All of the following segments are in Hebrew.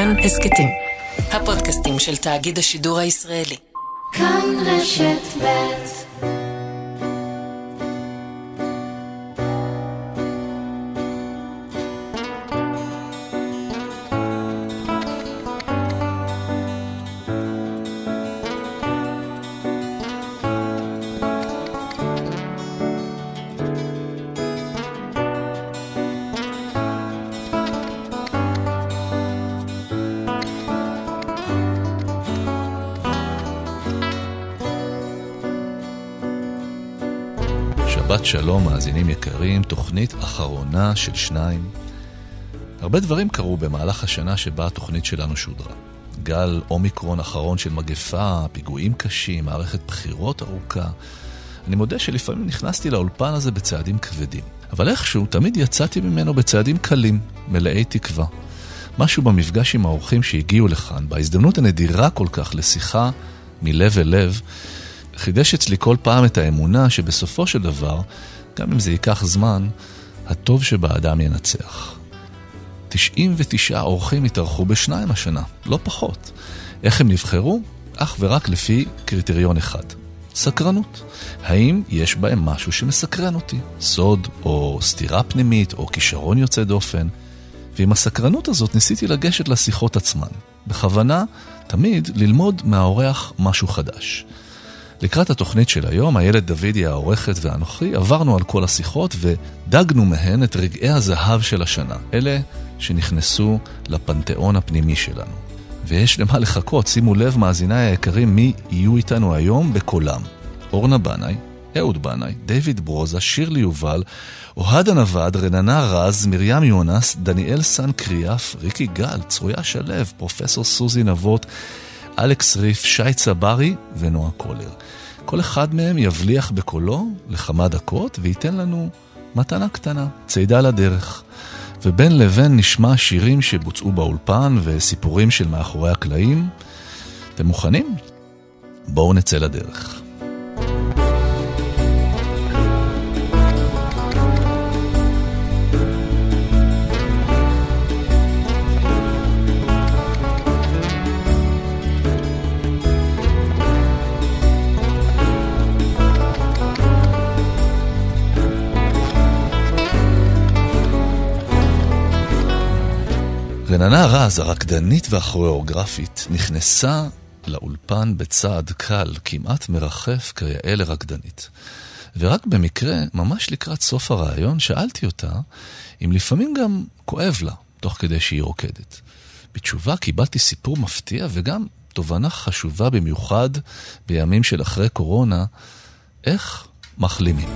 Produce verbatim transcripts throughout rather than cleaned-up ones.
כאן הסקטים, הפודקאסטים של תאגיד השידור הישראלי. כאן רשת ב'. שבת שלום, מאזינים יקרים, תוכנית אחרונה של שניים. הרבה דברים קרו במהלך השנה שבה התוכנית שלנו שודרה. גל אומיקרון אחרון של מגפה, פיגועים קשים, מערכת בחירות ארוכה. אני מודה שלפעמים נכנסתי לאולפן הזה בצעדים כבדים. אבל איכשהו תמיד יצאתי ממנו בצעדים קלים, מלאי תקווה. משהו במפגש עם האורחים שהגיעו לכאן, בהזדמנות הנדירה כל כך לשיחה מלב אל לב, חידש אצלי כל פעם את האמונה שבסופו של דבר, גם אם זה ייקח זמן, הטוב שבאדם ינצח. תשעים ותשעה אורחים התארחו בשניים השנה, לא פחות. איך הם נבחרו? אך ורק לפי קריטריון אחד. סקרנות. האם יש בהם משהו שמסקרן אותי? סוד או סתירה פנימית או כישרון יוצא דופן? ועם הסקרנות הזאת ניסיתי לגשת לשיחות עצמן. בכוונה, תמיד ללמוד מהאורח משהו חדש. לקראת התוכנית של היום, הילד דוידי העורכת ואנוכי עברנו על כל השיחות ודגנו מהן את רגעי הזהב של השנה, אלה שנכנסו לפנתיאון הפנימי שלנו. ויש למה לחכות, שימו לב מאזיני היקרים מי יהיו איתנו היום בקולם. אורנה בנאי, אהוד בנאי, דיוויד ברוזה, שירלי יובל, אוהד הנווד, רננה רז, מרים יונס, דניאל סן קריאף, ריקי גל, צרויה שלב, פרופסור סוזי נבות, אלכס ריף, שי צברי ונועה קולר. כל אחד מהם יבליח בקולו לכמה דקות וייתן לנו מתנה קטנה, צעידה לדרך. ובין לבין נשמע שירים שבוצעו באולפן וסיפורים של מאחורי הקלעים. אתם מוכנים? בואו נצא לדרך. רננה רז, הרקדנית והכוריאוגרפית, נכנסה לאולפן בצעד קל, כמעט מרחף כיאה לרקדנית. ורק במקרה, ממש לקראת סוף הרעיון, שאלתי אותה אם לפעמים גם כואב לה, תוך כדי שהיא רוקדת. בתשובה קיבלתי סיפור מפתיע וגם תובנה חשובה במיוחד בימים של אחרי קורונה, איך מחלימים.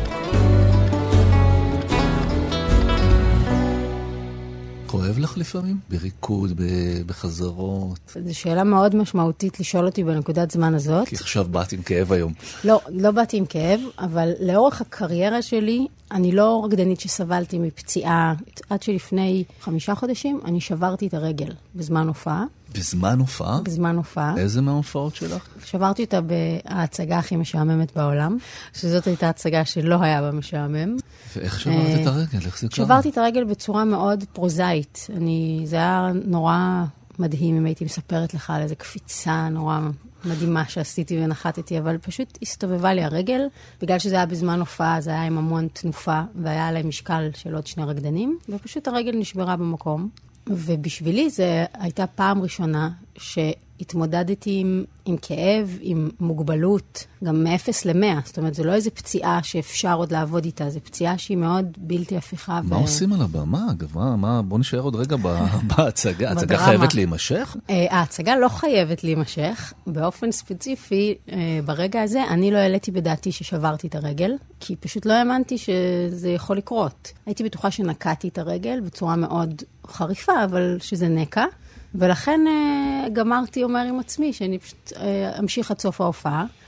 כואב לך לפעמים? בריקוד, בחזרות? זו שאלה מאוד משמעותית לשאול אותי בנקודת זמן הזאת. כי עכשיו באתי עם כאב היום. לא, לא באתי עם כאב, אבל לאורך הקריירה שלי, אני לא רקדנית שסבלתי מפציעה. עד שלפני חמישה חודשים, אני שברתי את הרגל בזמן הופעה. בזמן הופעה? בזמן הופעה. איזה מההופעות שלך? שברתי אותה בהצגה הכי משעממת בעולם, שזאת הייתה הצגה שלא היה בה משעמם. ואיך שברת את הרגל? איך זה קרה? שברתי את הרגל בצורה מאוד פרוזאית. אני, זה היה נורא מדהים אם הייתי מספרת לך על איזו קפיצה נורא מדהימה שעשיתי ונחתתי, אבל פשוט הסתובבה לי הרגל, בגלל שזה היה בזמן הופעה, זה היה עם המון תנופה, והיה עליי משקל של עוד שני רקדנים, ופשוט הרגל נשברה במקום. ובשבילי זה הייתה פעם ראשונה שהתמודדתי עם, עם כאב, עם מוגבלות, גם מאפס למאה. זאת אומרת, זה לא איזו פציעה שאפשר עוד לעבוד איתה, זה פציעה שהיא מאוד בלתי הפיכה. מה ו... עושים על הבמה? אגב, מה, מה, בוא נשאר עוד רגע בהצגה. ההצגה חייבת להימשך? ההצגה לא חייבת להימשך. באופן ספציפי, ברגע הזה, אני לא העליתי בדעתי ששברתי את הרגל, כי פשוט לא האמנתי שזה יכול לקרות. הייתי בטוחה שנקעתי את הרגל בצורה מאוד חריפה, אבל שזה נקע. ולכן גמרתי אומר עם עצמי שאני פשוט אמשיך עד סוף ההופעה.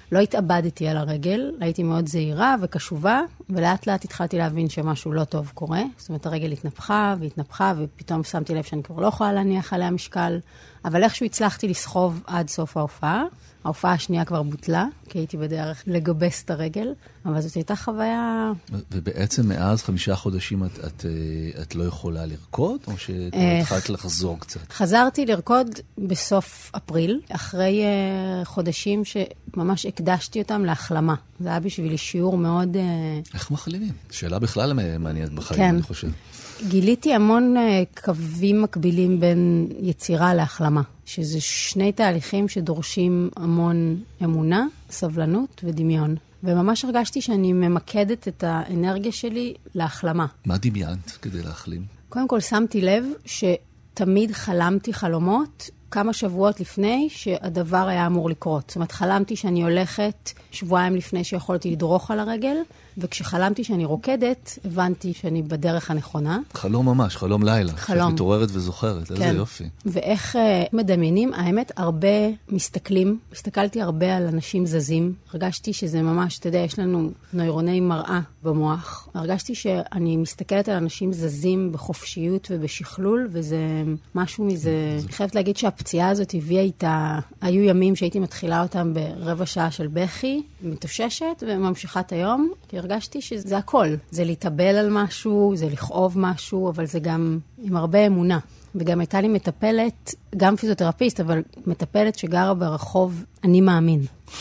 לא התאבדתי על הרגל, הייתי מאוד זהירה וקשובה, ולאט לאט התחלתי להבין שמשהו לא טוב קורה. זאת אומרת, הרגל התנפחה והתנפחה, ופתאום שמתי לב שאני כבר לא יכולה להניח עליה משקל, אבל איכשהו הצלחתי לסחוב עד סוף ההופעה. ההופעה השנייה כבר בוטלה, כי הייתי בדרך לגבס את הרגל, אבל זאת הייתה חוויה... ובעצם מאז חמישה חודשים את, את, את לא יכולה לרקוד, או שהתחלת לחזור קצת? חזרתי לרקוד בסוף אפריל, אחרי חודשים שממש הקדשתי אותם להחלמה. זה היה בשבילי שיעור מאוד... איך מחלימים? שאלה בכלל מעניינת בחיים, כן. אני חושב. גיליתי המון קווים מקבילים בין יצירה להחלמה, שזה שני תהליכים שדורשים המון אמונה, סבלנות ודמיון. וממש הרגשתי שאני ממקדת את האנרגיה שלי להחלמה. מה דמיינת כדי להחלים? קודם כל שמתי לב שתמיד חלמתי חלומות כמה שבועות לפני שהדבר היה אמור לקרות. זאת אומרת, חלמתי שאני הולכת שבועיים לפני שיכולתי לדרוך על הרגל, וכשחלמתי שאני רוקדת, הבנתי שאני בדרך הנכונה. חלום ממש, חלום לילה. חלום. שאת מתעוררת וזוכרת, איזה כן. יופי. ואיך uh, מדמיינים, האמת, הרבה מסתכלים, הסתכלתי הרבה על אנשים זזים, הרגשתי שזה ממש, אתה יודע, יש לנו נוירוני מראה במוח. הרגשתי שאני מסתכלת על אנשים זזים בחופשיות ובשכלול, וזה משהו מזה, אני חייבת להגיד שהפציעה הזאת הביאה איתה, היו ימים שהייתי מתחילה אותם ברבע שעה של בכי, מתוששת וממשיכת היום, כי הרגשתי שזה הכל. זה להתאבל על משהו, זה לכאוב משהו, אבל זה גם עם הרבה אמונה. וגם הייתה לי מטפלת, גם פיזיותרפיסט, אבל מטפלת שגרה ברחוב אני מאמין.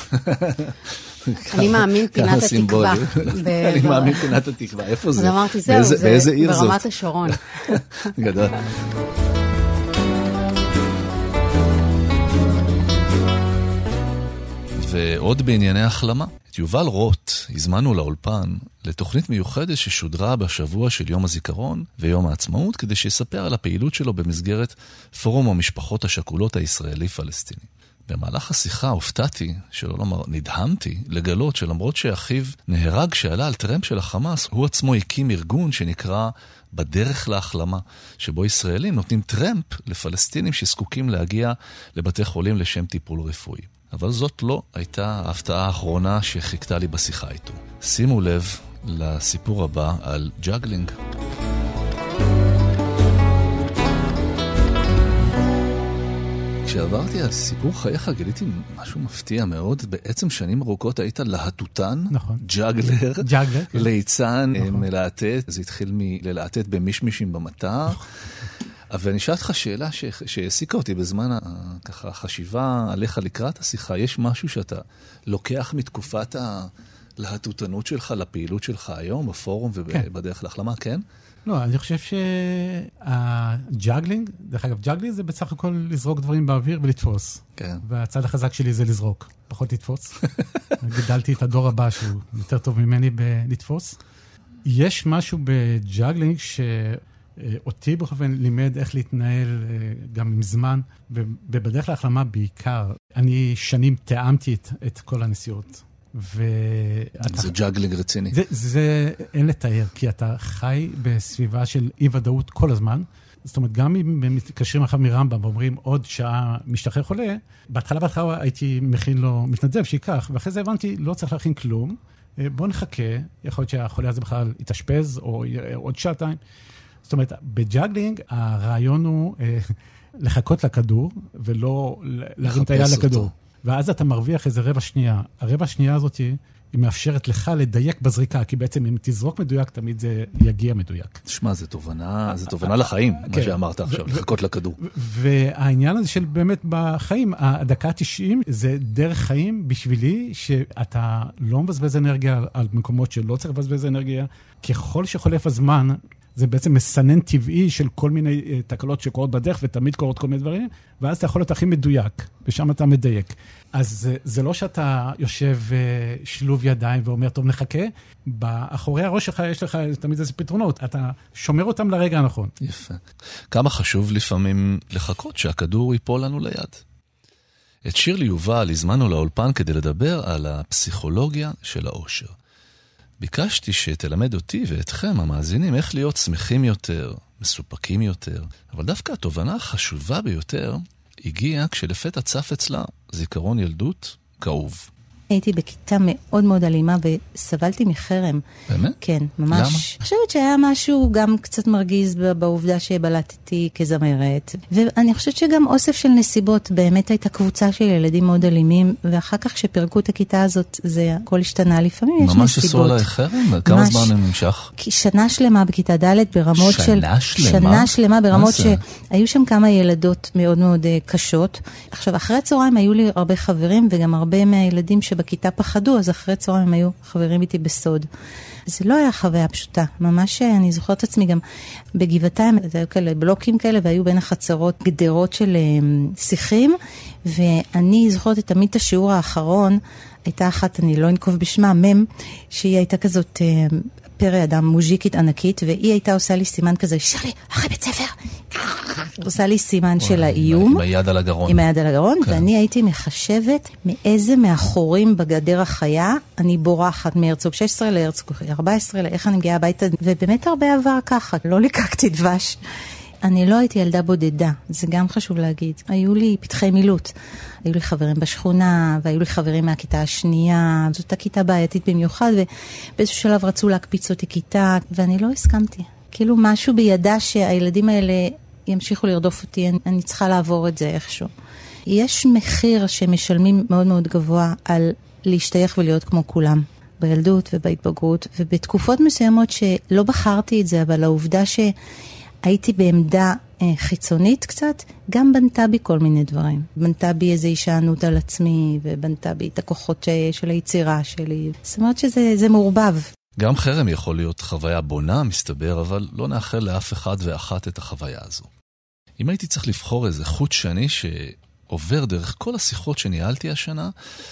אני מאמין פינת התקווה. אני מאמין פינת התקווה. איפה זה? אז אמרתי, זהו, זה ברמת השרון. גדול. ועוד בענייני החלמה. את יובל רוט הזמנו לאולפן לתוכנית מיוחדת ששודרה בשבוע של יום הזיכרון ויום העצמאות, כדי שיספר על הפעילות שלו במסגרת פורום המשפחות השכולות הישראלי-פלסטיני. במהלך השיחה הופתעתי, שלא לומר נדהמתי, לגלות שלמרות שאחיו נהרג שעלה על טרמפ של החמאס, הוא עצמו הקים ארגון שנקרא בדרך להחלמה, שבו ישראלים נותנים טרמפ לפלסטינים שזקוקים להגיע לבתי חולים לשם טיפול רפואי. אבל זאת לא הייתה ההפתעה האחרונה שחיכתה לי בשיחה איתו. שימו לב לסיפור הבא על ג'אגלינג. כשעברתי על סיפור חייך, גיליתי משהו מפתיע מאוד. בעצם שנים ארוכות היית להטוטן, נכון. ג'אגלר, ג'אגלר, כן. ליצן, נכון. מלהטט. זה התחיל מלהטט במישמישים במטר. נכון. אבל אני שאלת לך שאלה שהעסיקה אותי בזמן ככה החשיבה עליך לקראת השיחה. יש משהו שאתה לוקח מתקופת הלהטוטנות שלך לפעילות שלך היום בפורום ובדרך להחלמה, כן? לא, אני חושב שהג'אגלינג, דרך אגב, ג'אגלינג זה בסך הכל לזרוק דברים באוויר ולתפוס. כן. והצד החזק שלי זה לזרוק, פחות לתפוס. גדלתי את הדור הבא שהוא יותר טוב ממני בלתפוס. יש משהו בג'אגלינג ש... אותי בכוון לימד איך להתנהל גם עם זמן, ובדרך להחלמה בעיקר. אני שנים תאמתי את, את כל הנסיעות. ואתה... זה ג'אגלינג רציני. זה, זה אין לתאר, כי אתה חי בסביבה של אי ודאות כל הזמן. זאת אומרת, גם אם מתקשרים אחר מרמב"ם ואומרים עוד שעה משתחרר חולה, בהתחלה בהתחלה הייתי מכין לו מתנדב שיקח, ואחרי זה הבנתי, לא צריך להכין כלום. בוא נחכה, יכול להיות שהחולה הזה בכלל יתאשפז, או עוד שעתיים. זאת אומרת, בג'אגלינג הרעיון הוא אה, לחכות לכדור, ולא להרים את היד לכדור. ואז אתה מרוויח איזה רבע שנייה. הרבע שנייה הזאת היא מאפשרת לך לדייק בזריקה, כי בעצם אם תזרוק מדויק, תמיד זה יגיע מדויק. תשמע, זה תובנה, זה תובנה לחיים, מה שאמרת עכשיו, לחכות לכדור. והעניין הזה של באמת בחיים, הדקה ה-תשעים זה דרך חיים בשבילי, שאתה לא מבזבז אנרגיה על מקומות שלא צריך לבזבז אנרגיה, ככל שחולף הזמן, זה בעצם מסנן טבעי של כל מיני uh, תקלות שקורות בדרך, ותמיד קורות כל מיני דברים, ואז אתה יכול להיות הכי מדויק, ושם אתה מדייק. אז זה, זה לא שאתה יושב uh, שלוב ידיים ואומר, טוב, נחכה, באחורי הראש שלך יש לך תמיד איזה פתרונות, אתה שומר אותם לרגע הנכון. יפה. כמה חשוב לפעמים לחכות שהכדור ייפול לנו ליד. את שירלי יובל הזמנו לאולפן כדי לדבר על הפסיכולוגיה של האושר. ביקשתי שתלמד אותי ואתכם, המאזינים, איך להיות שמחים יותר, מסופקים יותר. אבל דווקא התובנה החשובה ביותר הגיעה כשלפתע צף אצלה זיכרון ילדות כאוב. הייתי בכיתה מאוד מאוד אלימה וסבלתי מחרם. באמת? כן, ממש. למה? אני חושבת שהיה משהו גם קצת מרגיז בעובדה שבלטתי כזמרת. ואני חושבת שגם אוסף של נסיבות, באמת הייתה קבוצה של ילדים מאוד אלימים, ואחר כך שפרקו את הכיתה הזאת, זה הכל השתנה. לפעמים יש נסיבות. ממש עשו עליי חרם? כמה זמן הם נמשך? שנה שלמה בכיתה ד' ברמות של... שנה שלמה? שנה שלמה ברמות שהיו שם כמה ילדות מאוד מאוד קשות. עכשיו, אחרי הצהריים היו לי הרבה חברים, וגם הרבה מהילדים שבכיתה פחדו, אז אחרי הצהריים היו חברים איתי בסוד. זה לא היה חוויה פשוטה. ממש אני זוכרת עצמי גם בגבעתיים, זה היו כאלה בלוקים כאלה, והיו בין החצרות גדרות של שיחים, ואני זוכרת תמיד את השיעור האחרון, הייתה אחת, אני לא אנקוב בשמה, מם, שהיא הייתה כזאת פרא אדם, מוז'יקית ענקית, והיא הייתה עושה לי סימן כזה, שרי, אחרי בית ספר, עושה לי סימן של האיום. עם היד על הגרון. עם היד על הגרון, ואני הייתי מחשבת מאיזה מאחורים בגדר החיה, אני בורחת מהרצוג שש עשרה להרצוג ארבע עשרה, לאיך אני מגיעה הביתה, ובאמת הרבה עבר ככה, לא ליקקתי דבש. אני לא הייתי ילדה בודדה, זה גם חשוב להגיד. היו לי פתחי מילוט. היו לי חברים בשכונה, והיו לי חברים מהכיתה השנייה. זאת הכיתה בעייתית במיוחד, ובאיזשהו שלב רצו להקפיץ אותי כיתה, ואני לא הסכמתי. כאילו משהו בידע שהילדים האלה ימשיכו לרדוף אותי, אני, אני צריכה לעבור את זה איכשהו. יש מחיר שמשלמים מאוד מאוד גבוה על להשתייך ולהיות כמו כולם. בילדות ובהתבגרות, ובתקופות מסוימות שלא בחרתי את זה, אבל העובדה ש... הייתי בעמדה אה, חיצונית קצת, גם בנתה בי כל מיני דברים. בנתה בי איזו הישענות על עצמי, ובנתה בי את הכוחות ש... של היצירה שלי. זאת אומרת שזה זה מעורבב. גם חרם יכול להיות חוויה בונה, מסתבר, אבל לא נאחל לאף אחד ואחת את החוויה הזו. אם הייתי צריך לבחור איזה חוט שני שעובר דרך כל השיחות שניהלתי השנה,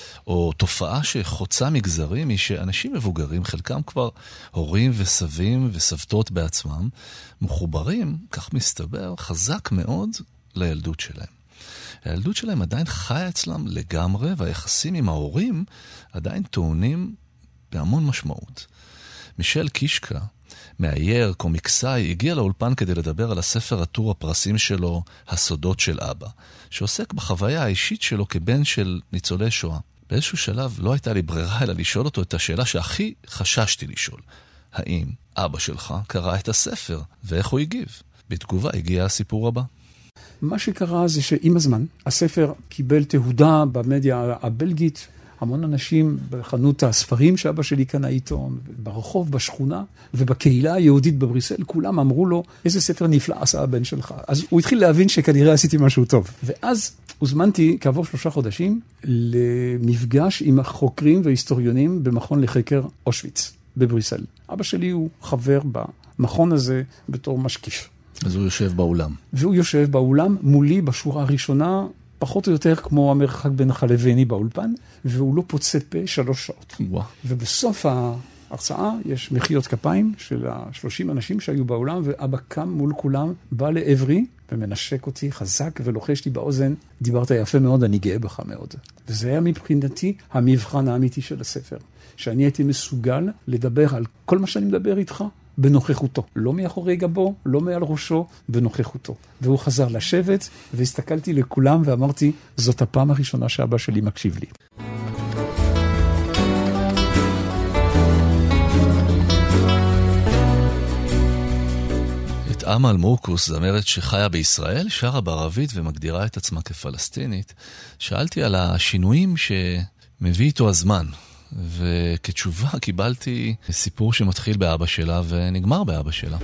או תופעה שחוצה מגזרים, היא שאנשים מבוגרים, חלקם כבר הורים וסבים וסבתות בעצמם, מחוברים, כך מסתבר, חזק מאוד לילדות שלהם. הילדות שלהם עדיין חיה אצלם לגמרי, והיחסים עם ההורים עדיין טעונים בהמון משמעות. מישל קישקה, מאייר, קומיקסאי, הגיע לאולפן כדי לדבר על הספר עטור הפרסים שלו, הסודות של אבא, שעוסק בחוויה האישית שלו כבן של ניצולי שואה. באיזשהו שלב לא הייתה לי ברירה אלא לשאול אותו את השאלה שהכי חששתי לשאול. האם אבא שלך קרא את הספר, ואיך הוא הגיב? בתגובה הגיע הסיפור הבא. מה שקרה זה שעם הזמן, הספר קיבל תהודה במדיה הבלגית, המון אנשים בחנות הספרים שאבא שלי קנה איתו, ברחוב, בשכונה, ובקהילה היהודית בבריסל, כולם אמרו לו, איזה ספר נפלא עשה הבן שלך. אז הוא התחיל להבין שכנראה עשיתי משהו טוב. ואז הוזמנתי כעבור שלושה חודשים למפגש עם החוקרים וההיסטוריונים במכון לחקר אושוויץ בבריסל. אבא שלי הוא חבר במכון הזה בתור משקיף. אז הוא יושב באולם. והוא יושב באולם מולי בשורה הראשונה, פחות או יותר כמו המרחק בינך לביני באולפן, והוא לא פוצה פה שלוש שעות. וואו. ובסוף ההרצאה יש מחיאות כפיים של השלושים אנשים שהיו באולם, ואבא קם מול כולם, בא לעברי, ומנשק אותי חזק ולוחש לי באוזן, דיברת יפה מאוד, אני גאה בך מאוד. וזה היה מבחינתי המבחן האמיתי של הספר, שאני הייתי מסוגל לדבר על כל מה שאני מדבר איתך, בנוכחותו. לא מאחורי גבו, לא מעל ראשו, בנוכחותו. והוא חזר לשבת, והסתכלתי לכולם ואמרתי, זאת הפעם הראשונה שאבא שלי מקשיב לי. את אמל מורקוס, זמרת שחיה בישראל, שרה בערבית ומגדירה את עצמה כפלסטינית, שאלתי על השינויים שמביא איתו הזמן. וכתשובה קיבלתי סיפור שמתחיל באבא שלה ונגמר באבא שלה.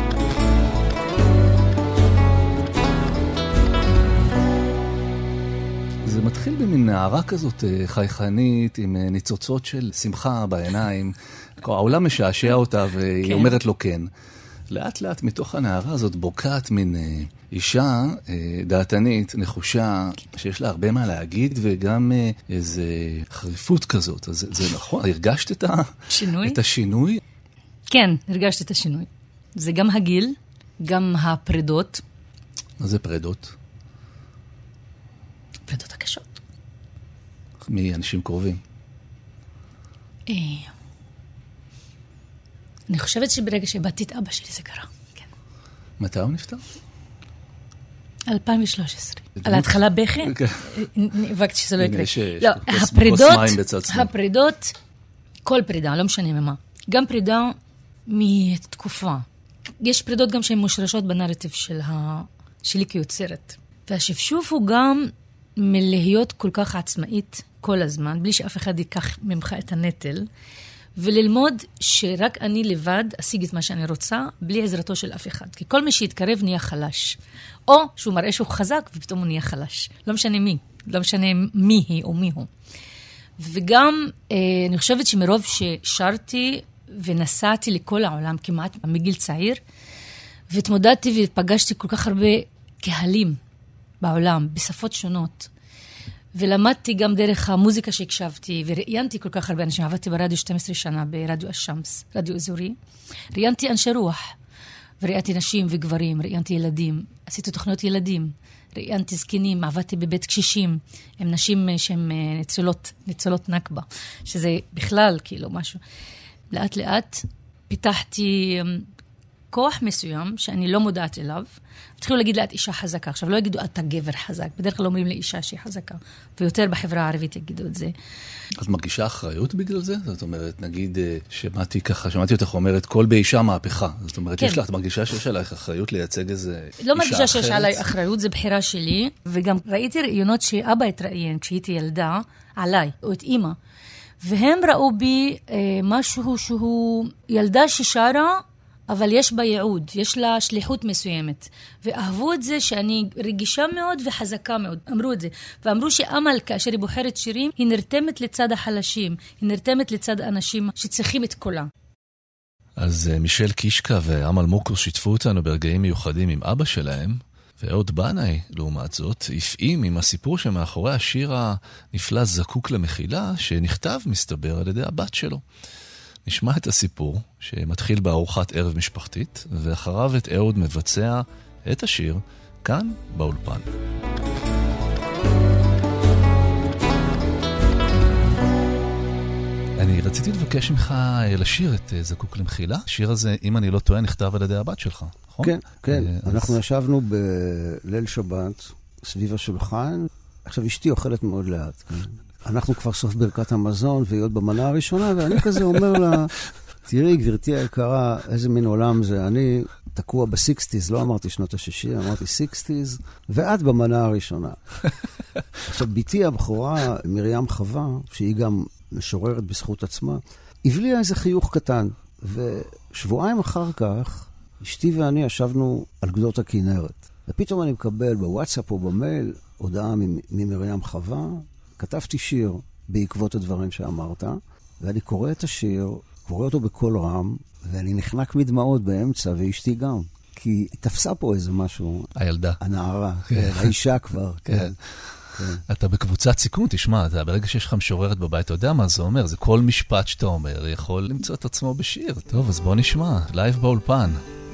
זה מתחיל במין נערה כזאת חייכנית עם ניצוצות של שמחה בעיניים. העולם משעשע אותה והיא כן. אומרת לו כן. לאט לאט מתוך הנערה הזאת בוקעת מין אישה דעתנית, נחושה, שיש לה הרבה מה להגיד, וגם איזו חריפות כזאת. אז זה נכון? הרגשת את, ה... שינוי? את השינוי? כן, הרגשת את השינוי. זה גם הגיל, גם הפרידות. מה זה פרידות? פרידות הקשות. מאנשים קרובים. אני חושבת שברגע שבאתי את אבא שלי זה קרה. כן. מתי הוא נפטר? אלפיים ושלוש עשרה. על ההתחלה בכי, נאבקתי שזה לא יקרה. לא, הפרידות, הפרידות, כל פרידה, לא משנה ממה. גם פרידה מתקופה. יש פרידות גם שהן מושרשות בנרטיב שלי כיוצרת. והשפשוף הוא גם מלהיות כל כך עצמאית כל הזמן, בלי שאף אחד ייקח ממך את הנטל, וללמוד שרק אני לבד אשיג את מה שאני רוצה, בלי עזרתו של אף אחד. כי כל מי שיתקרב נהיה חלש. או שהוא מראה שהוא חזק, ופתאום הוא נהיה חלש. לא משנה מי. לא משנה מי היא או מי הוא. וגם, אה, אני חושבת שמרוב ששרתי ונסעתי לכל העולם, כמעט מגיל צעיר, והתמודדתי ופגשתי כל כך הרבה קהלים בעולם, בשפות שונות. ולמדתי גם דרך המוזיקה שהקשבתי, וראיינתי כל כך הרבה אנשים. עבדתי ברדיו שתים עשרה שנה, ברדיו השמס, רדיו אזורי. ראיינתי אנשי רוח, וראיינתי נשים וגברים, ראיינתי ילדים, עשיתי תוכניות ילדים, ראיינתי זקנים, עבדתי בבית קשישים, עם נשים שהן ניצולות, ניצולות נקבה, שזה בכלל כאילו משהו. לאט לאט פיתחתי כוח מסוים שאני לא מודעת אליו, התחילו להגיד לה, את אישה חזקה. עכשיו, לא יגידו, אתה גבר חזק. בדרך כלל אומרים לאישה שהיא חזקה. ויותר בחברה הערבית יגידו את זה. אז מרגישה אחריות בגלל זה? זאת אומרת, נגיד, שמעתי ככה, שמעתי אותך אומרת, כל באישה מהפכה. זאת אומרת, כן. יש לך, את מרגישה שיש עלייך אחריות לייצג איזה אישה אחרת? לא מרגישה שיש עליי אחריות, זה בחירה שלי. וגם ראיתי ראיונות שאבא התראיין, כשהייתי ילדה, עליי, או את אמא. והם ראו בי אה, משהו שהוא ילדה ששרה, אבל יש בה ייעוד, יש לה שליחות מסוימת. ואהבו את זה שאני רגישה מאוד וחזקה מאוד. אמרו את זה. ואמרו שאמל, כאשר היא בוחרת שירים, היא נרתמת לצד החלשים. היא נרתמת לצד אנשים שצריכים את קולה. אז מישל קישקה ואמל מוקוס שיתפו אותנו ברגעים מיוחדים עם אבא שלהם, ואהוד בנאי, לעומת זאת, הפעים עם הסיפור שמאחורי השיר הנפלא זקוק למחילה, שנכתב, מסתבר, על ידי הבת שלו. נשמע את הסיפור שמתחיל בארוחת ערב משפחתית, ואחריו את אהוד מבצע את השיר כאן באולפן. אני רציתי לבקש ממך לשיר את זקוק למחילה. השיר הזה, אם אני לא טועה, נכתב על ידי הבת שלך, נכון? כן, כן. אז... אנחנו ישבנו בליל שבת סביב השולחן. עכשיו אשתי אוכלת מאוד לאט, כן? אנחנו כבר סוף ברכת המזון, והיא עוד במנה הראשונה, ואני כזה אומר לה, תראי, גברתי היקרה, איזה מין עולם זה. אני תקוע בסיקסטיז, לא אמרתי שנות השישים, אמרתי סיקסטיז, ואת במנה הראשונה. עכשיו, ביתי הבכורה, מרים חווה, שהיא גם משוררת בזכות עצמה, הבליעה איזה חיוך קטן, ושבועיים אחר כך, אשתי ואני ישבנו על גדות הכנרת, ופתאום אני מקבל בוואטסאפ או במייל, הודעה ממרים חווה, כתבתי שיר בעקבות הדברים שאמרת, ואני קורא את השיר, קורא אותו בכל רם, ואני נחנק מדמעות באמצע, ואשתי גם. כי היא תפסה פה איזה משהו. הילדה. הנערה, כן, האישה כבר. כן. כן. אתה בקבוצת סיכון, תשמע, אתה, ברגע שיש לך משוררת בבית, אתה יודע מה זה אומר, זה כל משפט שאתה אומר, יכול למצוא את עצמו בשיר. טוב, אז בוא נשמע, לייב באולפן.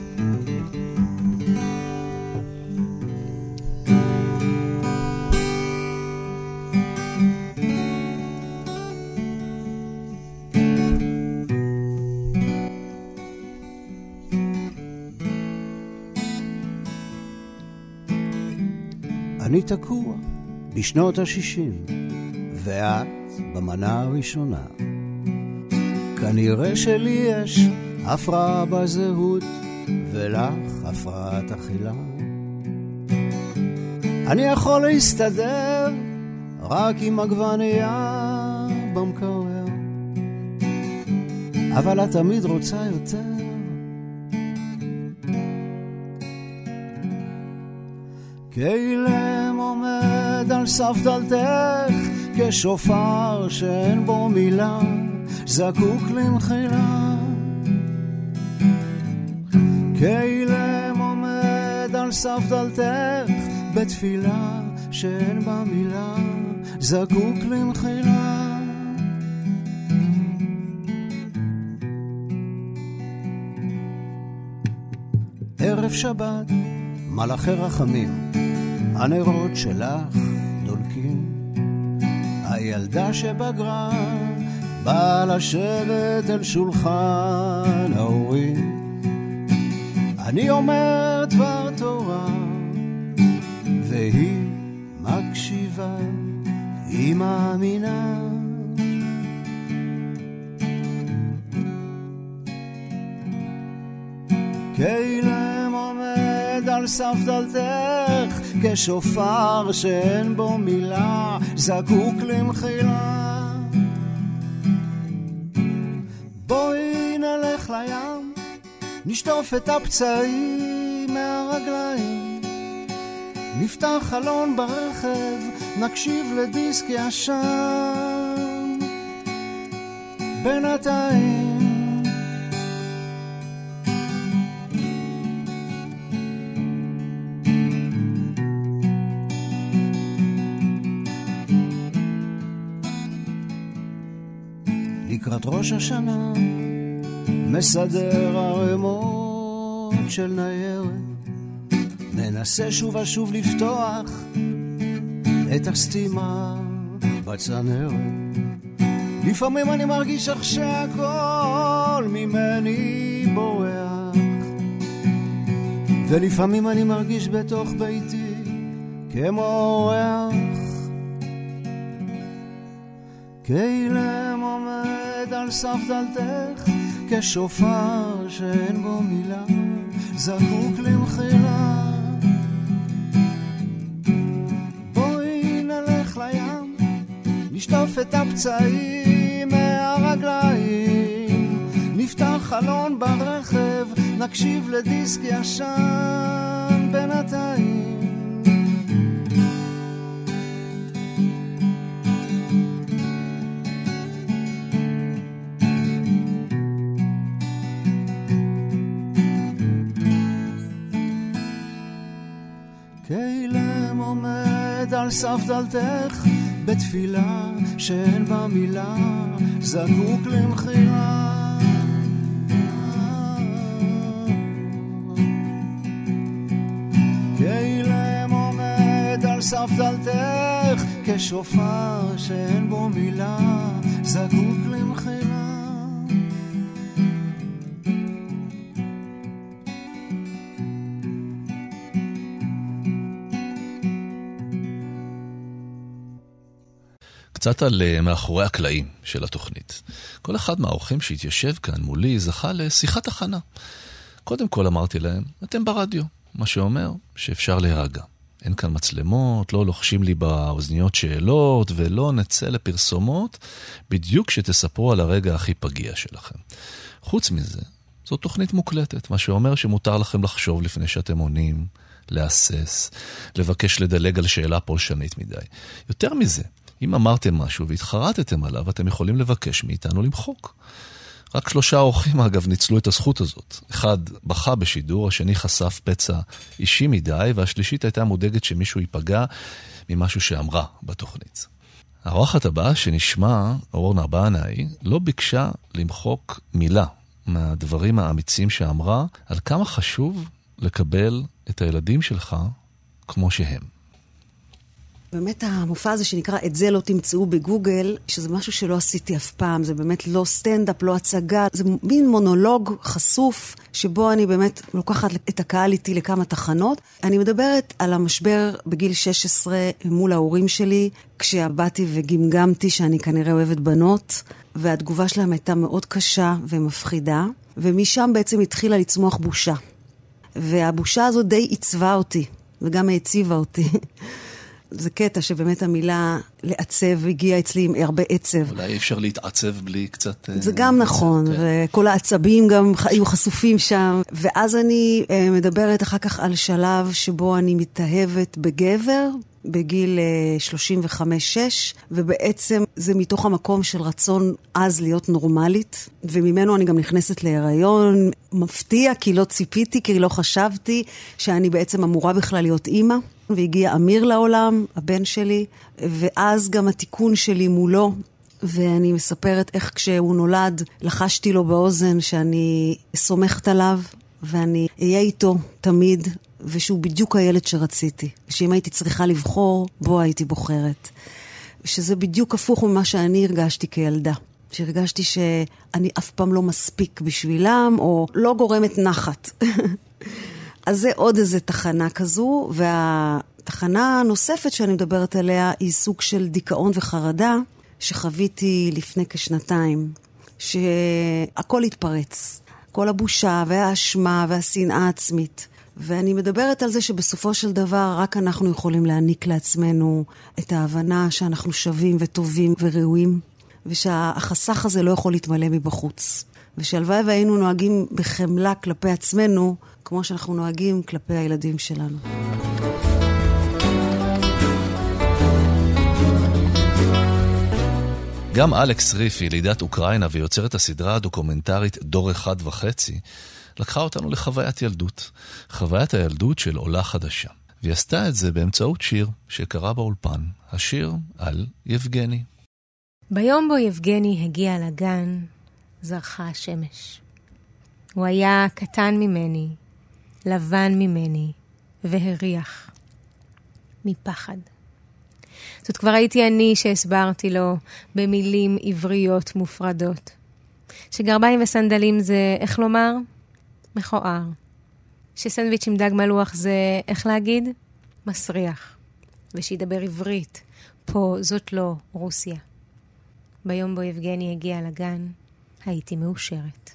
אני תקוע בשנות השישים, ואת במנה הראשונה. כנראה שלי יש הפרעה בזהות, ולך הפרעת אכילה. אני יכול להסתדר רק עם עגבנייה במקרר, אבל את תמיד רוצה יותר. כאילם עומד על סף דלתך, כשופר שאין בו מילה, זקוק למחילה. כאילם עומד על סף דלתך, בתפילה שאין בה מילה, זקוק למחילה. ערב שבת, מלאכי רחמים, הנרות שלך דולקים. הילדה שבגרה באה לשבת אל שולחן ההורים. אני אומר דבר תורה, הקשיבה, היא מאמינה. כאילם עומד על סף דלתך, כשופר שאין בו מילה, זקוק למחילה. בואי נלך לים, נשטוף את הפצעים מהרגליים, נפתח חלון ברכב, נקשיב לדיסק ישן. בינתיים לקראת ראש השנה מסדר הרמות של ניירת, ננסה שוב ושוב לפתוח את הסתימה בצנרת. לפעמים אני מרגיש איך שהכל ממני בורח, ולפעמים אני מרגיש בתוך ביתי כמו אורח. כאילם עומד על סף דלתך, כשופר שאין בו מילה, זקוק למחילה. בואי נלך לים, נשטוף את הפצעים מהרגליים, נפתח חלון ברכב, נקשיב לדיסק ישן. בינתיים כאילם עומד על סף דלתך, בתפילה שאין בה מילה, זקוק למחילה. כאילם עומד על סף דלתך, כשופר שאין בו מילה, זקוק למחילה. קצת על מאחורי הקלעים של התוכנית. כל אחד מהאורחים שהתיישב כאן מולי זכה לשיחת הכנה. קודם כל אמרתי להם, אתם ברדיו, מה שאומר שאפשר להירגע. אין כאן מצלמות, לא לוחשים לי באוזניות שאלות, ולא נצא לפרסומות, בדיוק שתספרו על הרגע הכי פגיע שלכם. חוץ מזה, זו תוכנית מוקלטת, מה שאומר שמותר לכם לחשוב לפני שאתם עונים, להסס, לבקש לדלג על שאלה פולשנית מדי. יותר מזה, אם אמרתם משהו והתחרטתם עליו, אתם יכולים לבקש מאיתנו למחוק. רק שלושה אורחים, אגב, ניצלו את הזכות הזאת. אחד בכה בשידור, השני חשף פצע אישי מדי, והשלישית הייתה מודאגת שמישהו ייפגע ממשהו שאמרה בתוכנית. האורחת הבאה שנשמע, אורנה בנאי, לא ביקשה למחוק מילה מהדברים האמיצים שאמרה, על כמה חשוב לקבל את הילדים שלך כמו שהם. באמת המופע הזה שנקרא את זה לא תמצאו בגוגל, שזה משהו שלא עשיתי אף פעם, זה באמת לא סטנדאפ, לא הצגה, זה מין מונולוג חשוף, שבו אני באמת לוקחת את הקהל איתי לכמה תחנות. אני מדברת על המשבר בגיל שש עשרה מול ההורים שלי, כשבאתי וגמגמתי שאני כנראה אוהבת בנות, והתגובה שלהם הייתה מאוד קשה ומפחידה, ומשם בעצם התחילה לצמוח בושה. והבושה הזו די עיצבה אותי, וגם העציבה אותי. זה קטע שבאמת המילה לעצב הגיעה אצלי עם הרבה עצב. אולי אפשר להתעצב בלי קצת... זה גם נכון, וכל העצבים גם היו חשופים שם. ואז אני מדברת אחר כך על שלב שבו אני מתאהבת בגבר, בגיל שלושים וחמש שש, ובעצם זה מתוך המקום של רצון אז להיות נורמלית, וממנו אני גם נכנסת להיריון, מפתיע כי לא ציפיתי, כי לא חשבתי שאני בעצם אמורה בכלל להיות אימא. והגיע אמיר לעולם, הבן שלי, ואז גם התיקון שלי מולו, ואני מספרת איך כשהוא נולד, לחשתי לו באוזן שאני סומכת עליו, ואני אהיה איתו תמיד, ושהוא בדיוק הילד שרציתי. שאם הייתי צריכה לבחור, בו הייתי בוחרת. שזה בדיוק הפוך ממה שאני הרגשתי כילדה. שהרגשתי שאני אף פעם לא מספיק בשבילם, או לא גורמת נחת. אז זה עוד איזו תחנה כזו, תחנה נוספת שאני מדברת עליה היא סוג של דיכאון וחרדה שחוויתי לפני כשנתיים, שהכל התפרץ. כל הבושה והאשמה והשנאה העצמית. ואני מדברת על זה שבסופו של דבר רק אנחנו יכולים להעניק לעצמנו את ההבנה שאנחנו שווים וטובים וראויים, ושהחסך הזה לא יכול להתמלא מבחוץ. ושהלוואי והיינו נוהגים בחמלה כלפי עצמנו, כמו שאנחנו נוהגים כלפי הילדים שלנו. גם אלכס ריף, ילידת אוקראינה ויוצרת הסדרה הדוקומנטרית דור אחד וחצי, לקחה אותנו לחוויית ילדות. חוויית הילדות של עולה חדשה. והיא עשתה את זה באמצעות שיר שקרא באולפן. השיר על יבגני. ביום בו יבגני הגיע לגן, זרחה השמש. הוא היה קטן ממני, לבן ממני, והריח. מפחד. זאת כבר הייתי אני שהסברתי לו במילים עבריות מופרדות. שגרביים וסנדלים זה, איך לומר? מכוער. שסנדוויץ' עם דג מלוח זה, איך להגיד? מסריח. ושידבר עברית. פה זאת לא רוסיה. ביום בו יבגני הגיע לגן, הייתי מאושרת.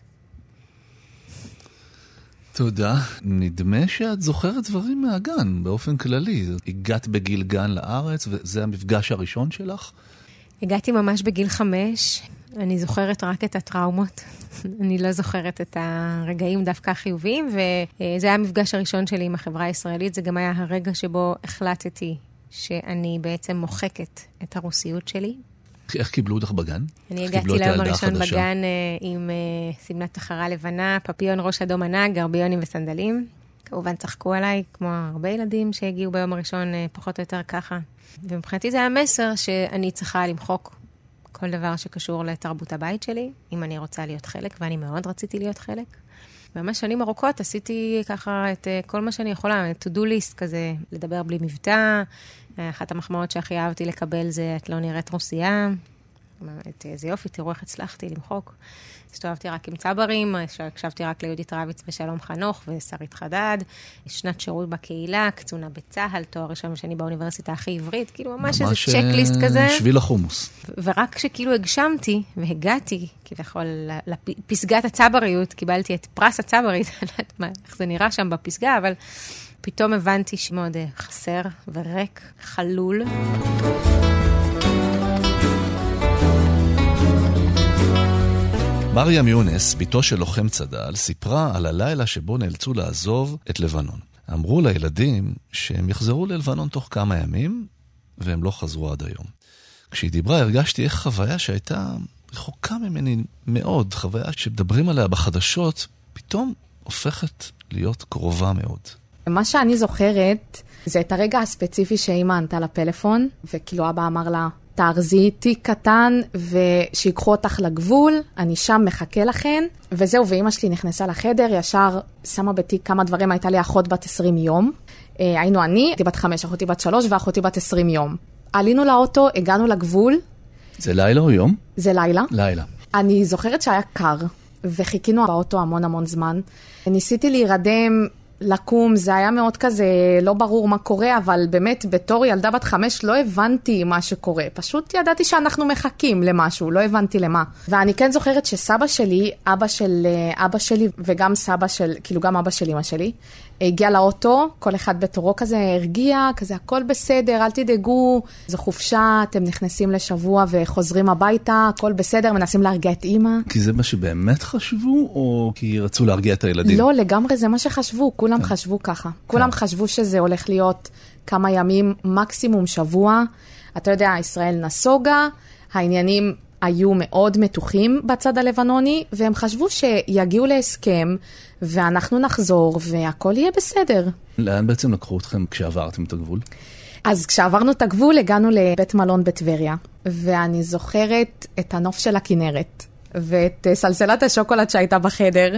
תודה. נדמה שאת זוכרת דברים מהגן באופן כללי. הגעת בגיל גן לארץ, וזה המפגש הראשון שלך? הגעתי ממש בגיל חמש. אני זוכרת רק את הטראומות. אני לא זוכרת את הרגעים דווקא החיוביים, וזה היה המפגש הראשון שלי עם החברה הישראלית. זה גם היה הרגע שבו החלטתי שאני בעצם מוחקת את הרוסיות שלי. איך קיבלו אותך בגן? אני הגעתי ליום הראשון בגן עם סמלת תחרה לבנה, פפיון ראש אדום ענק, גרביונים וסנדלים. כמובן צחקו עליי, כמו הרבה ילדים שהגיעו ביום הראשון פחות או יותר ככה. ומבחינתי זה היה מסר שאני צריכה למחוק כל דבר שקשור לתרבות הבית שלי, אם אני רוצה להיות חלק, ואני מאוד רציתי להיות חלק. ממש שנים ארוכות עשיתי ככה את כל מה שאני יכולה, to do list כזה, לדבר בלי מבטא. אחת המחמאות שהכי אהבתי לקבל זה, את לא נראית רוסיה. איזה יופי, תראו איך הצלחתי למחוק. הסתובבתי רק עם צברים, הקשבתי רק ליהודית רביץ ושלום חנוך ושרית חדד, שנת שירות בקהילה, קצונה בצהל, תואר ראשון ושני באוניברסיטה הכי עברית, כאילו ממש איזה צ'קליסט כזה. ממש שביל החומוס. ורק כשכאילו הגשמתי והגעתי, כביכול לפסגת הצבריות, קיבלתי את פרס הצברית, אני יודעת מה, איך זה נראה שם בפסגה, אבל פתאום הבנתי שמאוד חסר וריק, חלול. מרים יונס, ביתו של לוחם צד"ל, סיפרה על הלילה שבו נאלצו לעזוב את לבנון. אמרו לילדים שהם יחזרו ללבנון תוך כמה ימים, והם לא חזרו עד היום. כשהיא דיברה, הרגשתי איך חוויה שהייתה רחוקה ממני מאוד, חוויה שמדברים עליה בחדשות, פתאום הופכת להיות קרובה מאוד. מה שאני זוכרת, זה את הרגע הספציפי שאמא ענתה לפלאפון, וכאילו אבא אמר לה, תארזי תיק קטן ושיקחו אותך לגבול, אני שם מחכה לכן, וזהו, ואמא שלי נכנסה לחדר, ישר שמה בתיק כמה דברים, הייתה לי אחות בת עשרים יום, היינו אני, הייתי בת חמש, אחותי בת שלוש ואחותי בת עשרים יום. עלינו לאוטו, הגענו לגבול. זה לילה או יום? זה לילה. לילה. אני זוכרת שהיה קר, וחיכינו באוטו המון המון זמן. ניסיתי להירדם, לקום, זה היה מאוד כזה, לא ברור מה קורה, אבל באמת בתור ילדה בת חמש לא הבנתי מה שקורה. פשוט ידעתי שאנחנו מחכים למשהו, לא הבנתי למה. ואני כן זוכרת שסבא שלי, אבא של אבא שלי וגם סבא של, כאילו גם אבא של אמא שלי, הגיע לאוטו, כל אחד בתורו כזה הרגיע, כזה הכל בסדר, אל תדאגו, זו חופשה, אתם נכנסים לשבוע וחוזרים הביתה, הכל בסדר, מנסים להרגיע את אמא. כי זה מה שבאמת חשבו, או כי רצו להרגיע את הילדים? לא, לגמרי זה מה שחשבו, כולם כן. חשבו ככה. כן. כולם חשבו שזה הולך להיות כמה ימים, מקסימום שבוע. אתה יודע, ישראל נסוגה, העניינים היו מאוד מתוחים בצד הלבנוני, והם חשבו שיגיעו להסכם, ואנחנו נחזור, והכל יהיה בסדר. לאן בעצם לקחו אתכם כשעברתם את הגבול? אז כשעברנו את הגבול, הגענו לבית מלון בטבריה, ואני זוכרת את הנוף של הכנרת, ואת סלסלת השוקולד שהייתה בחדר,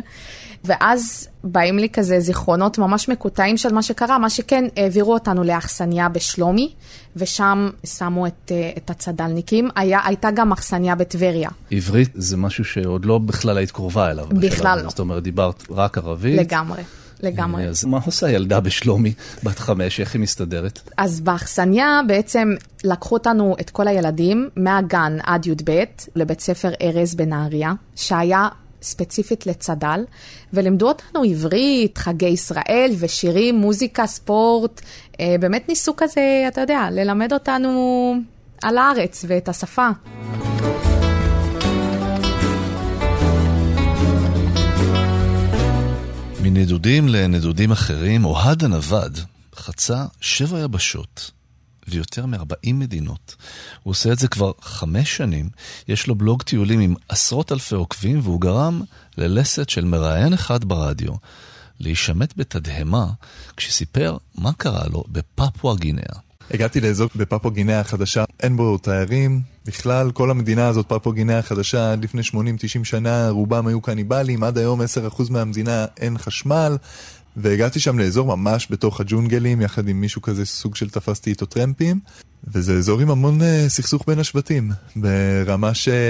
ואז באים לי כזה זיכרונות ממש מקוטעים של מה שקרה, מה שכן העבירו אותנו לאכסניה בשלומי, ושם שמו את, את הצדלניקים, היה, הייתה גם אכסניה בטבריה. עברית זה משהו שעוד לא בכלל היית קרובה אליו. בכלל לא. זאת אומרת, דיברת רק ערבית. לגמרי. לגמרי. אז מה עושה ילדה בשלומי, בת חמש, איך היא מסתדרת? אז באכסניה בעצם לקחו אותנו את כל הילדים מהגן עד י' ב' לבית ספר ארז בנהריה, שהיה ספציפית לצדל, ולימדו אותנו עברית, חגי ישראל ושירים, מוזיקה, ספורט. באמת ניסו כזה, אתה יודע, ללמד אותנו על הארץ ואת השפה. מנדודים לנדודים אחרים, אוהד הנווד חצה שבע יבשות ויותר מ-ארבעים מדינות. הוא עושה את זה כבר חמש שנים, יש לו בלוג טיולים עם עשרות אלפי עוקבים, והוא גרם ללסת של מראיין אחד ברדיו להישמט בתדהמה כשסיפר מה קרה לו בפפואה גינאה. הגעתי לאזור בפפואה גינאה החדשה, אין בו תיירים, בכלל כל המדינה הזאת, פפואה גינאה החדשה, עד לפני שמונים תשעים שנה, רובם היו קניבלים, עד היום עשרה אחוז מהמדינה אין חשמל, והגעתי שם לאזור ממש בתוך הג'ונגלים, יחד עם מישהו כזה סוג של תפסתי איתו טרמפים, וזה אזור עם המון uh, סכסוך בין השבטים, ברמה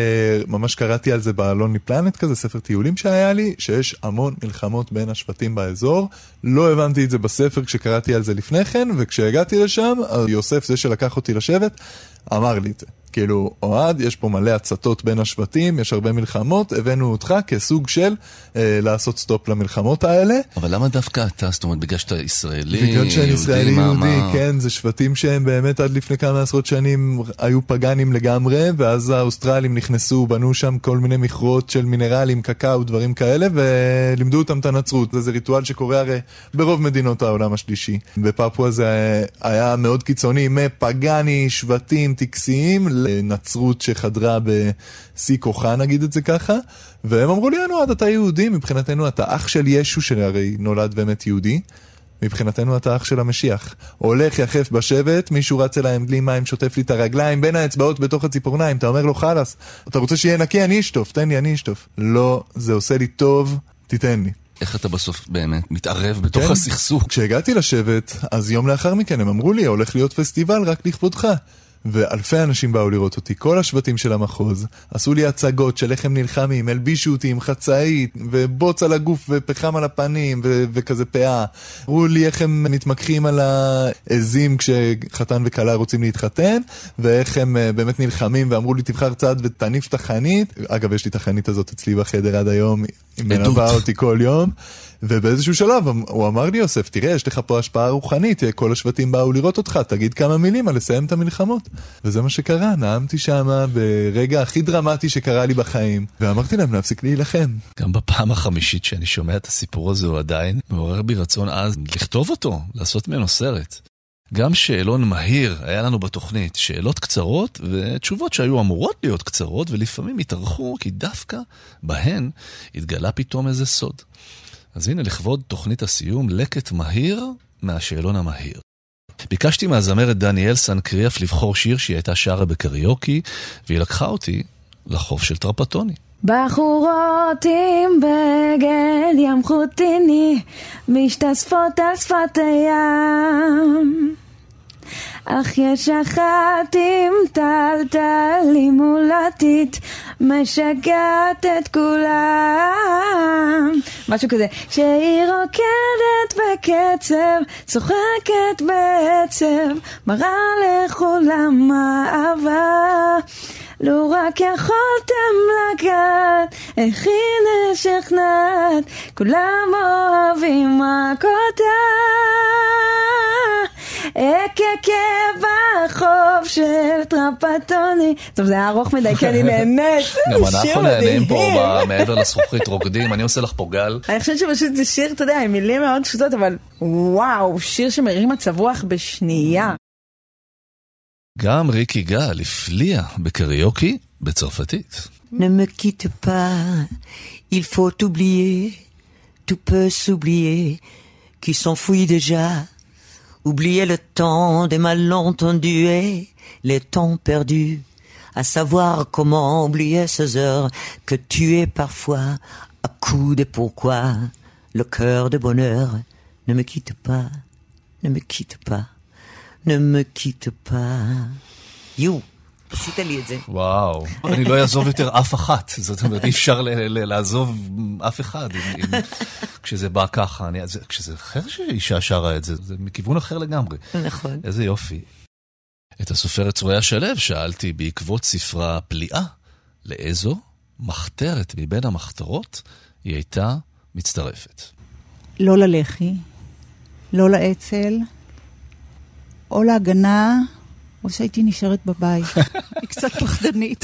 שממש קראתי על זה בלונלי פלנט כזה, ספר טיולים שהיה לי, שיש המון מלחמות בין השבטים באזור, לא הבנתי את זה בספר כשקראתי על זה לפני כן, וכשהגעתי לשם, יוסף זה שלקח אותי לשבט, אמר לי את זה. כאילו, אוהד, יש פה מלא הצתות בין השבטים, יש הרבה מלחמות, הבאנו אותך כסוג של אה, לעשות סטופ למלחמות האלה. אבל למה דווקא אתה? זאת אומרת, בגלל שאתה ישראלי, בגלל שאני ישראלי מה, יהודי, מה... כן, זה שבטים שהם באמת עד לפני כמה עשרות שנים היו פגנים לגמרי, ואז האוסטרלים נכנסו, בנו שם כל מיני מכרות של מינרלים, קקאו, דברים כאלה, ולימדו אותם את הנצרות. זה, זה ריטואל שקורה הרי ברוב מדינות העולם השלישי. בפפואה זה היה מאוד קיצוני, מפגני, שבטים, טקסיים, לנצרות שחדרה בשיא כוחה, נגיד את זה ככה, והם אמרו לי, אנו, אתה יהודי, מבחינתנו אתה אח של ישו, שהרי נולד באמת יהודי, מבחינתנו אתה אח של המשיח. הולך יחף בשבט, מישהו רץ אליהם דלי מים, שוטף לי את הרגליים, בין האצבעות בתוך הציפורניים, אתה אומר לו חלס, אתה רוצה שיהיה נקי, אני אשטוף, תן לי, אני אשטוף. לא, זה עושה לי טוב, תיתן לי. איך אתה בסוף באמת מתערב בתוך כן. הסכסוך? כשהגעתי לשבט, אז יום לאחר מכן הם אמרו לי, הולך להיות פסטיבל רק לכבודך. ואלפי אנשים באו לראות אותי, כל השבטים של המחוז, עשו לי הצגות של איך הם נלחמים, הלבישו אותי עם חצאית, ובוץ על הגוף ופחם על הפנים, ו- וכזה פאה. הראו לי איך הם מתמקחים על העזים כשחתן וכלה רוצים להתחתן, ואיך הם באמת נלחמים, ואמרו לי תבחר צד ותניף את החנית. אגב, יש לי את החנית הזאת אצלי בחדר עד היום, היא מלווה אותי כל יום. ובאיזשהו שלב הוא אמר לי, יוסף, תראה, יש לך פה השפעה רוחנית, כל השבטים באו לראות אותך, תגיד כמה מילים על לסיים את המלחמות. וזה מה שקרה, נעמתי שם ברגע הכי דרמטי שקרה לי בחיים, ואמרתי להם להפסיק להילחם. גם בפעם החמישית שאני שומע את הסיפור הזה, הוא עדיין מעורר בי רצון אז לכתוב אותו, לעשות ממנו סרט. גם שאלון מהיר היה לנו בתוכנית, שאלות קצרות ותשובות שהיו אמורות להיות קצרות, ולפעמים התארכו כי דווקא בהן התגלה פתאום איזה סוד. אז הנה לכבוד תוכנית הסיום, לקט מהיר מהשאלון המהיר. ביקשתי מהזמרת דניאל סנקריאף לבחור שיר שהיא הייתה שרה בקריוקי, והיא לקחה אותי לחוף של טרפטוני. בחורות עם בגד ים חוטיני משתספות על שפת הים, אך יש אחת עם טלטלי מולתית משגעת את כולם, משהו כזה, שהיא רוקדת בקצב, צוחקת בעצב, מראה לכולם אהבה. לו רק יכולתם לגעת, איך היא נשכנעת, כולם אוהבים רק אותה. אקקה בחוף של טרפטוני. טוב, זה היה ארוך מדי, כי אני נהנית. גם אנחנו נהנים פה מעבר לזכוכית רוקדים, אני עושה לך פה גל. אני חושבת שפשוט זה שיר, אתה יודע, עם מילים מאוד פשוטות, אבל וואו, שיר שמרים מצב רוח בשנייה. גם ריקי גל הפליאה בקריוקי בצרפתית. Ne me quitte pas, il faut oublier, tout peut s'oublier, qui s'enfuit déjà. Oublier le temps des malentendus et les temps perdus, à savoir comment oublier ces heures que tu es parfois à coups de pourquoi. Le cœur de bonheur, ne me quitte pas, ne me quitte pas, ne me quitte pas. You. עשית לי את זה. וואו, אני לא אעזוב יותר אף אחת. זאת אומרת, אי אפשר לעזוב אף אחד כשזה בא ככה. כשזה אחר שאישה שרה את זה, זה מכיוון אחר לגמרי. נכון. איזה יופי. את הסופרת צרויה שלו שאלתי בעקבות ספרה פליאה, לאיזו מחתרת מבין המחתרות היא הייתה מצטרפת. לא ללחי, לא לאצל, או להגנה, או שהייתי נשארת בבית. היא קצת פחדנית.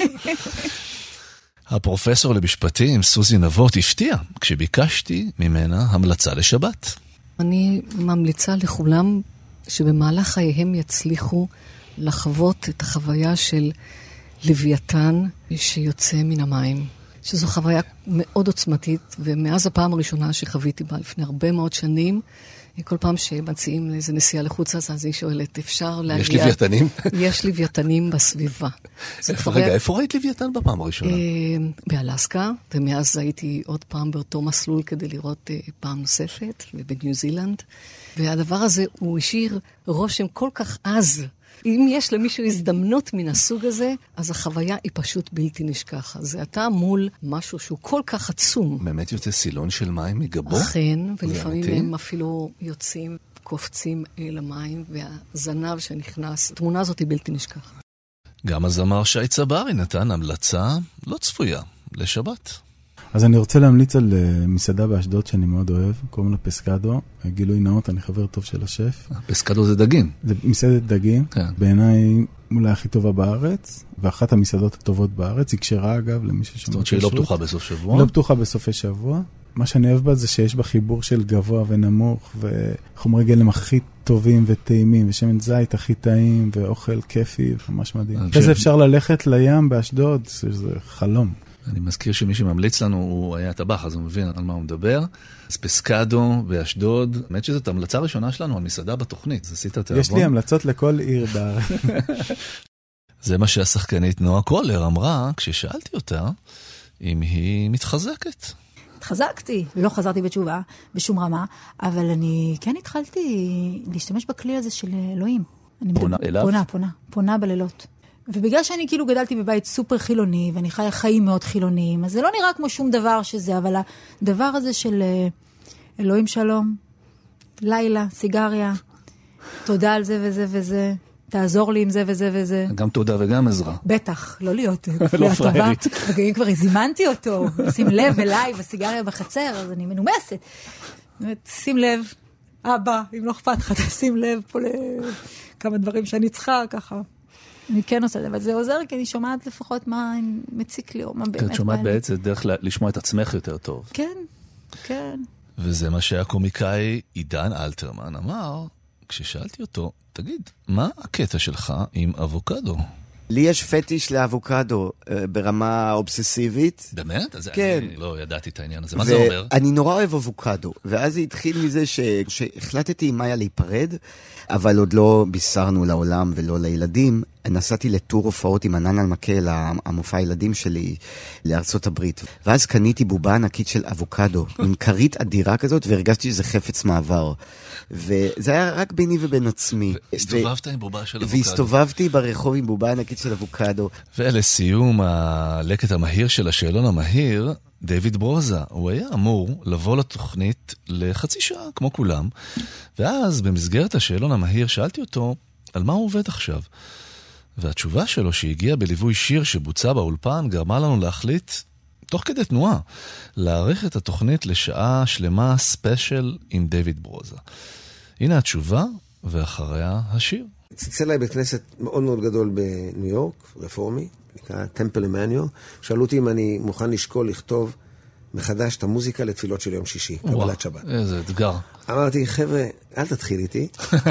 הפרופסור למשפטים, סוזי נבות, הפתיע כשביקשתי ממנה המלצה לשבת. אני ממליצה לכולם שבמהלך חייהם יצליחו לחוות את החוויה של לוויתן שיוצא מן המים. שזו חוויה מאוד עוצמתית, ומאז הפעם הראשונה שחוויתי בה לפני הרבה מאוד שנים, כל פעם שמציעים לאיזה נסיעה לחוץ לזה, אז היא שואלת, אפשר להגיע... יש לוויתנים? יש לוויתנים בסביבה. רגע, איפה ראית לוויתן בפעם הראשונה? באלסקה, ומאז הייתי עוד פעם באותו מסלול כדי לראות פעם נוספת, ובניו זילנד. והדבר הזה הוא השאיר רושם כל כך עז. אם יש למישהו הזדמנות מן הסוג הזה, אז החוויה היא פשוט בלתי נשכחת. זה אתה מול משהו שהוא כל כך עצום. באמת יוצא סילון של מים מגבו? אכן, ולפעמים הם אפילו יוצאים, קופצים אל המים, והזנב שנכנס, התמונה הזאת היא בלתי נשכחת. גם הזמר שי צברי נתן המלצה לא צפויה לשבת. אז אני רוצה להמליץ על uh, מסעדה באשדוד שאני מאוד אוהב, קוראים לה פסקדו, גילוי נאות, אני חבר טוב של השף. פסקדו זה דגים. זה מסעדת דגים, כן. בעיניי אולי הכי טובה בארץ, ואחת המסעדות הטובות בארץ, היא קשרה אגב למי ששמע. זאת אומרת שהיא לא פתוחה בסוף שבוע? לא פתוחה בסופי שבוע. מה שאני אוהב בה זה שיש בה חיבור של גבוה ונמוך, וחומרי גלם הכי טובים וטעימים, ושמן זית הכי טעים, ואוכל כיפי, ממש מדהים. כזה אפשר ללכת לים באשדוד, זה חלום. אני מזכיר שמי שממליץ לנו הוא היה טבח, אז הוא מבין על מה הוא מדבר. אז פסקדו באשדוד, באמת שזאת המלצה הראשונה שלנו על מסעדה בתוכנית. אז עשית תיאבון. יש לי המלצות לכל עיר בארץ. זה מה שהשחקנית נועה קולר אמרה כששאלתי אותה אם היא מתחזקת. התחזקתי, לא חזרתי בתשובה בשום רמה, אבל אני כן התחלתי להשתמש בכלי הזה של אלוהים. פונה אליו? פונה, פונה, פונה בלילות. ובגלל שאני כאילו גדלתי בבית סופר חילוני, ואני חיה חיים מאוד חילוניים, אז זה לא נראה כמו שום דבר שזה, אבל הדבר הזה של אלוהים שלום, לילה, סיגריה, תודה על זה וזה וזה, תעזור לי עם זה וזה וזה. גם תודה וגם עזרה. בטח, לא להיות לא פראיירית. וגם כבר הזימנתי אותו, שים לב אליי, בסיגריה בחצר, אז אני מנומסת. שים לב, אבא, אם לא אכפת לך, שים לב פה לכמה דברים שאני צריכה, ככה. אני כן עושה את זה, אבל זה עוזר, כי אני שומעת לפחות מה מציק לי, או מה באמת. את שומעת בעצם דרך לשמוע את עצמך יותר טוב. כן, כן. וזה מה שהקומיקאי עידן אלתרמן אמר, כששאלתי אותו, תגיד, מה הקטע שלך עם אבוקדו? לי יש פטיש לאבוקדו ברמה אובססיבית. באמת? אז כן. אני לא ידעתי את העניין הזה. מה זה אומר? אני נורא אוהב אבוקדו, ואז זה התחיל מזה שהחלטתי עם מאיה להיפרד, אבל עוד לא בישרנו לעולם ולא לילדים. נסעתי לטור הופעות עם ענן אלמקל, המופע הילדים שלי, לארצות הברית. ואז קניתי בובה ענקית של אבוקדו, עם כרית אדירה כזאת, והרגשתי שזה חפץ מעבר. וזה היה רק ביני ובין עצמי. הסתובבת עם בובה של אבוקדו. והסתובבתי ברחוב עם בובה ענקית של אבוקדו. ולסיום הלקט המהיר של השאלון המהיר, דיוויד ברוזה, הוא היה אמור לבוא לתוכנית לחצי שעה, כמו כולם, ואז במסגרת השאלון המהיר שאלתי אותו, על מה הוא עובד עכשיו? והתשובה שלו שהגיעה בליווי שיר שבוצע באולפן גרמה לנו להחליט, תוך כדי תנועה, להאריך את התוכנית לשעה שלמה ספיישל עם דיוויד ברוזה. הנה התשובה, ואחריה השיר. צלצל לי בית כנסת מאוד מאוד גדול בניו יורק, רפורמי, נקרא טמפל אמניו. שאלו אותי אם אני מוכן לשקול לכתוב מחדש את המוזיקה לתפילות של יום שישי, קבלת שבת. איזה אתגר. אמרתי, חבר'ה, אל תתחיל איתי,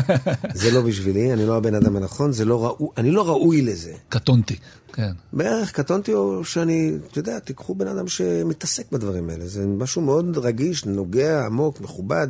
זה לא בשבילי, אני לא הבן אדם הנכון, זה לא ראוי, אני לא ראוי לזה. קטונתי, כן. בערך קטונתי או שאני, אתה יודע, תיקחו בן אדם שמתעסק בדברים האלה, זה משהו מאוד רגיש, נוגע, עמוק, מכובד.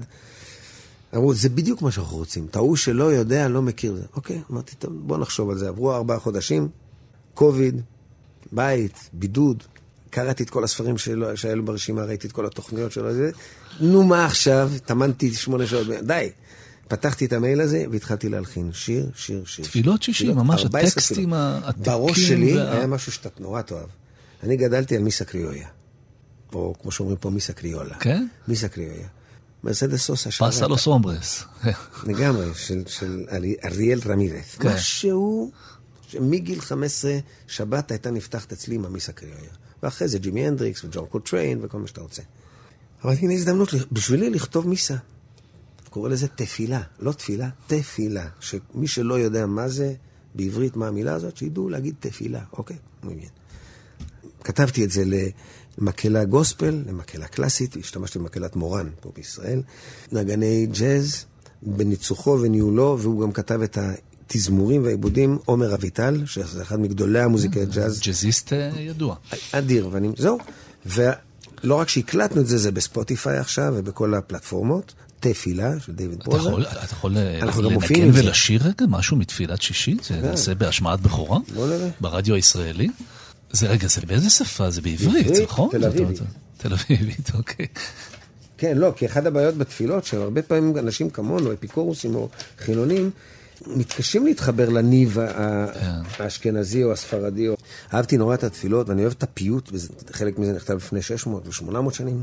אמרו, זה בדיוק מה שאנחנו רוצים, טעו שלא יודע, לא מכיר זה. אוקיי, אמרתי, טוב, בוא נחשוב על זה, עברו ארבעה חודשים, קוביד, בית, בידוד, קראתי את כל הספרים שלו, שהיו ברשימה, ראיתי את כל התוכניות שלו, זה, נו מה עכשיו, תמנתי שמונה שעות, די, פתחתי את המייל הזה והתחלתי להלחין שיר, שיר, שיר. תפילות שישי, ממש הטקסטים העתיקים. בראש שלי היה משהו שאתה נורא תאהב. אני גדלתי על מיסה קריולה. או כמו שאומרים פה, מיסה קריולה. כן? מיסה קריולה. מרסדס סוסה. פסה לוס הומברס. לגמרי, של אריאל רמירס. משהו שמגיל חמש עשרה שבת הייתה נפתחת אצלי עם המיסה קריולה. ואחרי זה ג'ימי הנדריקס וג'ון קולטריין וכל מה שאתה רוצה. אבל הנה הזדמנות בשבילי לכתוב מיסה. קורא לזה תפילה, לא תפילה, תפילה. שמי שלא יודע מה זה, בעברית מה המילה הזאת, שידעו להגיד תפילה, אוקיי? מעניין. כתבתי את זה למקהלה גוספל, למקהלה קלאסית, השתמשתי במקהלת מורן פה בישראל, נגני ג'אז, בניצוחו וניהולו, והוא גם כתב את התזמורים והעיבודים, עומר אביטל, שזה אחד מגדולי המוזיקאי ג'אז. ג'אזיסט ידוע. אדיר, ואני, זהו. ולא רק שהקלטנו את זה, זה בספוטיפיי עכשיו ובכל הפלטפורמות, תפילה של דיוויד פרוזה. אתה יכול לנגן ולשיר רגע משהו מתפילת שישית? זה נעשה בהשמעת בכורה? ברדיו הישראלי? זה רגע, זה באיזה שפה? זה בעברית, נכון? תל אביבית. תל אביבית, אוקיי. כן, לא, כי אחד הבעיות בתפילות, שהרבה פעמים אנשים כמונו, אפיקורוסים או חילונים, מתקשים להתחבר לניב האשכנזי או הספרדי. אהבתי נורא את התפילות, ואני אוהב את הפיוט, וחלק מזה נכתב לפני שש מאות ו-שמונה מאות שנים.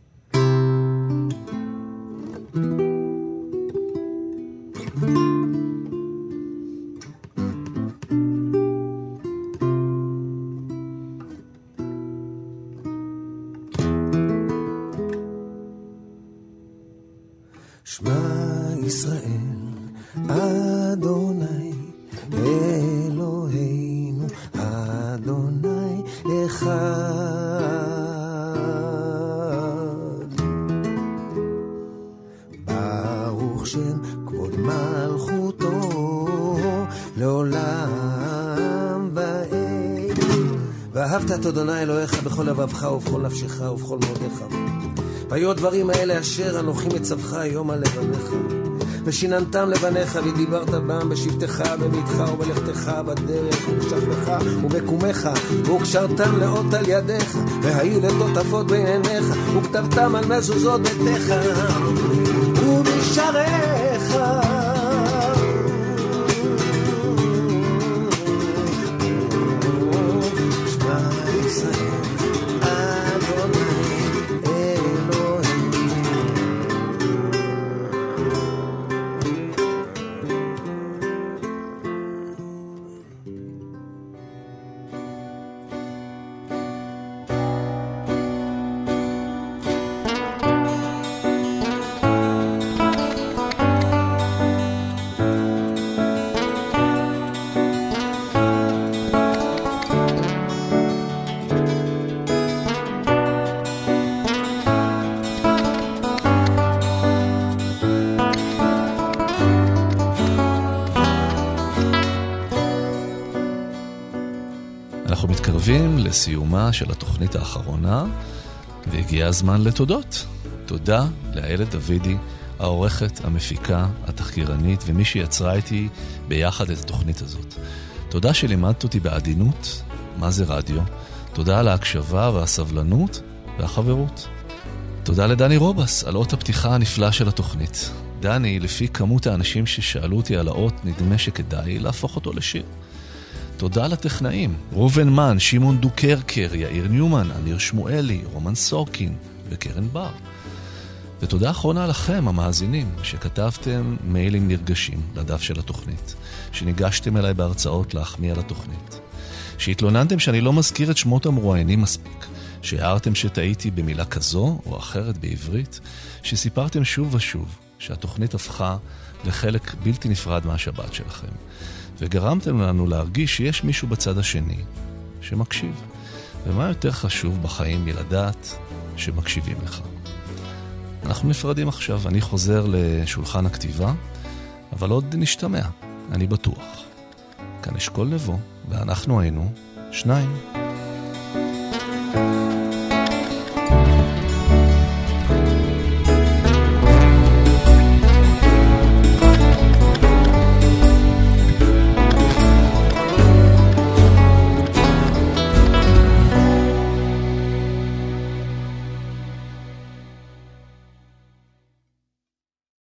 אדוני אלוהיך בכל לבבך ובכל נפשך ובכל מאודיך. והיו הדברים האלה אשר אנוכי מצווך היום על לבניך. ושיננתם לבניך ודיברת בם בשבתך, בביתך ובלכתך, בדרך ובשכבך ובקומך, והוקשרתם לאות על ידיך, והיו לטוטפות בין עיניך, וכתבתם על מזוזות ביתך ובשעריך. לסיומה של התוכנית האחרונה, והגיע הזמן לתודות. תודה לאיילת דוידי, העורכת, המפיקה, התחקירנית, ומי שיצרה איתי ביחד את התוכנית הזאת. תודה שלימדת אותי בעדינות מה זה רדיו. תודה על ההקשבה והסבלנות והחברות. תודה לדני רובס על אות הפתיחה הנפלא של התוכנית. דני, לפי כמות האנשים ששאלו אותי על האות, נדמה שכדאי להפוך אותו לשיר. תודה לטכנאים, רובן מן, שמעון דוקרקר, יאיר ניומן, אמיר שמואלי, רומן סורקין וקרן בר. ותודה אחרונה לכם, המאזינים, שכתבתם מיילים נרגשים לדף של התוכנית, שניגשתם אליי בהרצאות להחמיא על התוכנית, שהתלוננתם שאני לא מזכיר את שמות המרואיינים מספיק, שהערתם שטעיתי במילה כזו או אחרת בעברית, שסיפרתם שוב ושוב שהתוכנית הפכה לחלק בלתי נפרד מהשבת שלכם. וגרמתם לנו להרגיש שיש מישהו בצד השני שמקשיב. ומה יותר חשוב בחיים מלדעת שמקשיבים לך. אנחנו נפרדים עכשיו, אני חוזר לשולחן הכתיבה, אבל עוד נשתמע, אני בטוח. כאן אשכול נבו, ואנחנו היינו שניים.